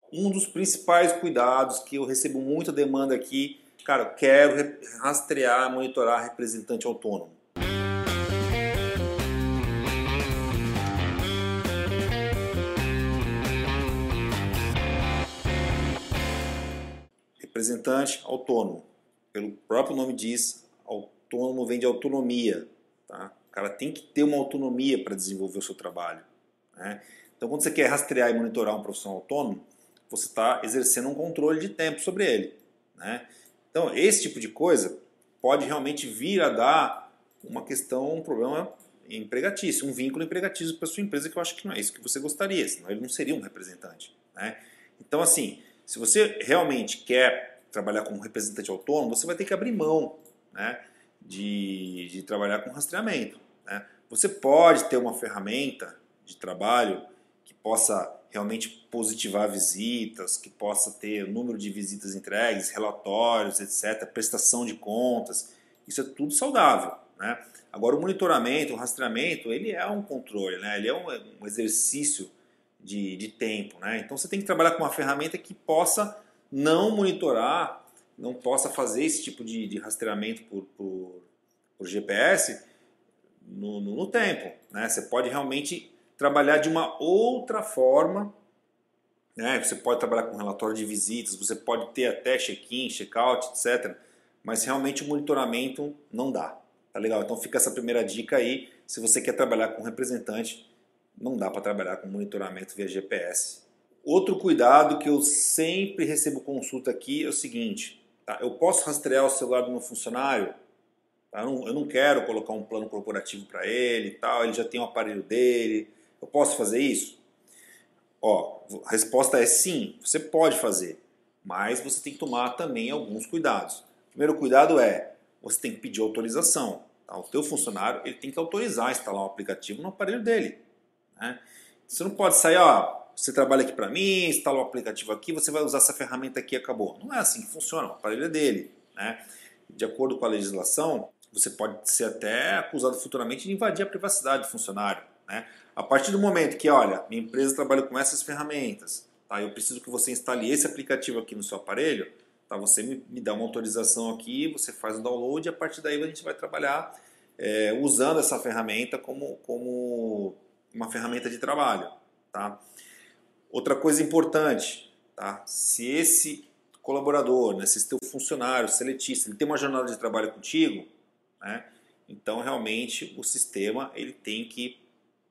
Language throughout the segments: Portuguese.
Um dos principais cuidados que eu recebo muita demanda aqui, cara, eu quero rastrear, monitorar representante autônomo. Representante autônomo, pelo próprio nome diz, autônomo vem de autonomia. Tá? O cara tem que ter uma autonomia para desenvolver o seu trabalho. Né? Então, quando você quer rastrear e monitorar um profissional autônomo, você está exercendo um controle de tempo sobre ele. Né? Então, esse tipo de coisa pode realmente vir a dar uma questão, um problema empregatício, um vínculo empregatício para a sua empresa, que eu acho que não é isso que você gostaria, senão ele não seria um representante. Né? Então, assim, se você realmente quer trabalhar como representante autônomo, você vai ter que abrir mão, né, de trabalhar com rastreamento. Né? Você pode ter uma ferramenta de trabalho que possa realmente positivar visitas, que possa ter número de visitas entregues, relatórios, etc., prestação de contas. Isso é tudo saudável. Né? Agora, o monitoramento, o rastreamento, ele é um controle, né? Ele é um exercício de tempo. Né? Então, você tem que trabalhar com uma ferramenta que possa não monitorar, não possa fazer esse tipo de rastreamento por GPS no tempo. Né? Você pode realmente trabalhar de uma outra forma. Né? Você pode trabalhar com relatório de visitas, você pode ter até check-in, check-out, etc. Mas realmente o monitoramento não dá. Tá legal? Então fica essa primeira dica aí. Se você quer trabalhar com representante, não dá para trabalhar com monitoramento via GPS. Outro cuidado que eu sempre recebo consulta aqui é o seguinte. Tá? Eu posso rastrear o celular do meu funcionário? Tá? Eu não quero colocar um plano corporativo para ele, tal, ele já tem o aparelho dele. Eu posso fazer isso? Ó, a resposta é sim, você pode fazer, mas você tem que tomar também alguns cuidados. O primeiro cuidado é, você tem que pedir autorização. Tá? O teu funcionário ele tem que autorizar a instalar um aplicativo no aparelho dele. Né? Você não pode sair, ó, você trabalha aqui para mim, instala o aplicativo aqui, você vai usar essa ferramenta aqui e acabou. Não é assim que funciona, o aparelho é dele. Né? De acordo com a legislação, você pode ser até acusado futuramente de invadir a privacidade do funcionário. Né? A partir do momento que, olha, minha empresa trabalha com essas ferramentas, tá? Eu preciso que você instale esse aplicativo aqui no seu aparelho, tá? Você me dá uma autorização aqui, você faz o download e a partir daí a gente vai trabalhar usando essa ferramenta como uma ferramenta de trabalho. Tá? Outra coisa importante, tá? Se esse colaborador, né, se esse teu funcionário, seletista, ele tem uma jornada de trabalho contigo, né, então realmente o sistema ele tem que,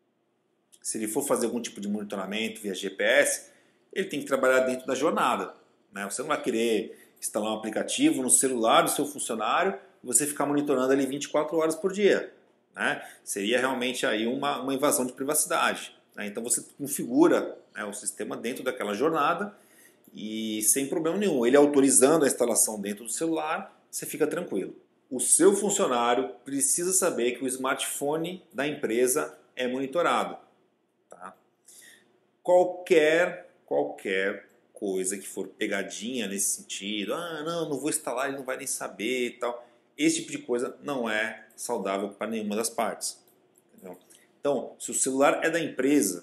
se ele for fazer algum tipo de monitoramento via GPS, ele tem que trabalhar dentro da jornada. Né? Você não vai querer instalar um aplicativo no celular do seu funcionário e você ficar monitorando ele 24 horas por dia. Né? Seria realmente aí uma invasão de privacidade. Né? Então você configura, né, o sistema dentro daquela jornada e sem problema nenhum. Ele autorizando a instalação dentro do celular, você fica tranquilo. O seu funcionário precisa saber que o smartphone da empresa é monitorado. Tá? Qualquer coisa que for pegadinha nesse sentido, não vou instalar, ele não vai nem saber e tal. Esse tipo de coisa não é saudável para nenhuma das partes. Entendeu? Então, se o celular é da empresa,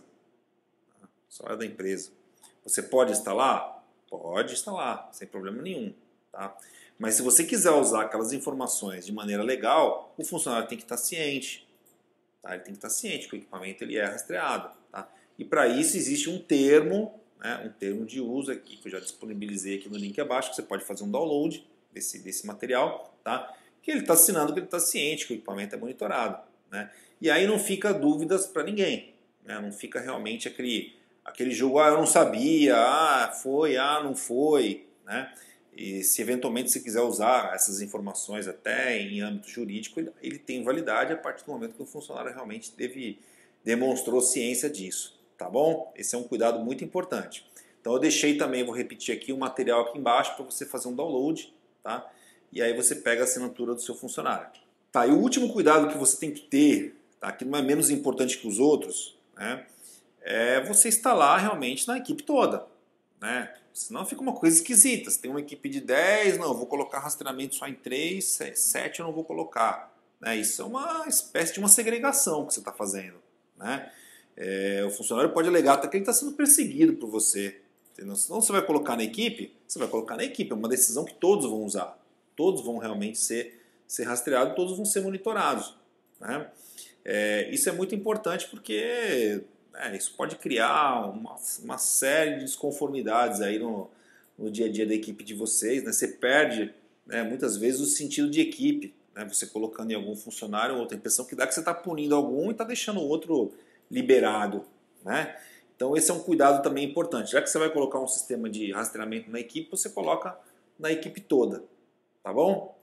você pode instalar? Pode instalar, sem problema nenhum. Tá? Mas se você quiser usar aquelas informações de maneira legal, o funcionário tem que estar ciente. Tá? Ele tem que estar ciente que o equipamento ele é rastreado. Tá? E para isso existe um termo, né, um termo de uso aqui, que eu já disponibilizei aqui no link abaixo, que você pode fazer um download desse material, tá? Que ele está assinando que ele está ciente que o equipamento é monitorado. Né? E aí não fica dúvidas para ninguém. Né? Não fica realmente aquele jogo, eu não sabia, foi, não foi. Né? E se eventualmente você quiser usar essas informações até em âmbito jurídico, ele tem validade a partir do momento que o funcionário realmente demonstrou ciência disso. Tá bom? Esse é um cuidado muito importante. Então eu deixei também, vou repetir aqui, o material aqui embaixo para você fazer um download. Tá? E aí você pega a assinatura do seu funcionário. Tá, e o último cuidado que você tem que ter, tá, que não é menos importante que os outros, né, é você instalar realmente na equipe toda. Né? Senão fica uma coisa esquisita. Você tem uma equipe de 10, não, eu vou colocar rastreamento só em 3, 7 eu não vou colocar. Né? Isso é uma espécie de uma segregação que você está fazendo. Né? O funcionário pode alegar até que ele está sendo perseguido por você. Entendeu? Senão você vai colocar na equipe, você vai colocar na equipe, é uma decisão que todos vão usar. Todos vão realmente ser rastreados, todos vão ser monitorados. Né? Isso é muito importante porque isso pode criar uma série de desconformidades aí no dia a dia da equipe de vocês. Né? Você perde, né, muitas vezes o sentido de equipe. Né? Você colocando em algum funcionário outra impressão que dá que você está punindo algum e está deixando o outro liberado. Né? Então esse é um cuidado também importante. Já que você vai colocar um sistema de rastreamento na equipe, você coloca na equipe toda. Tá bom?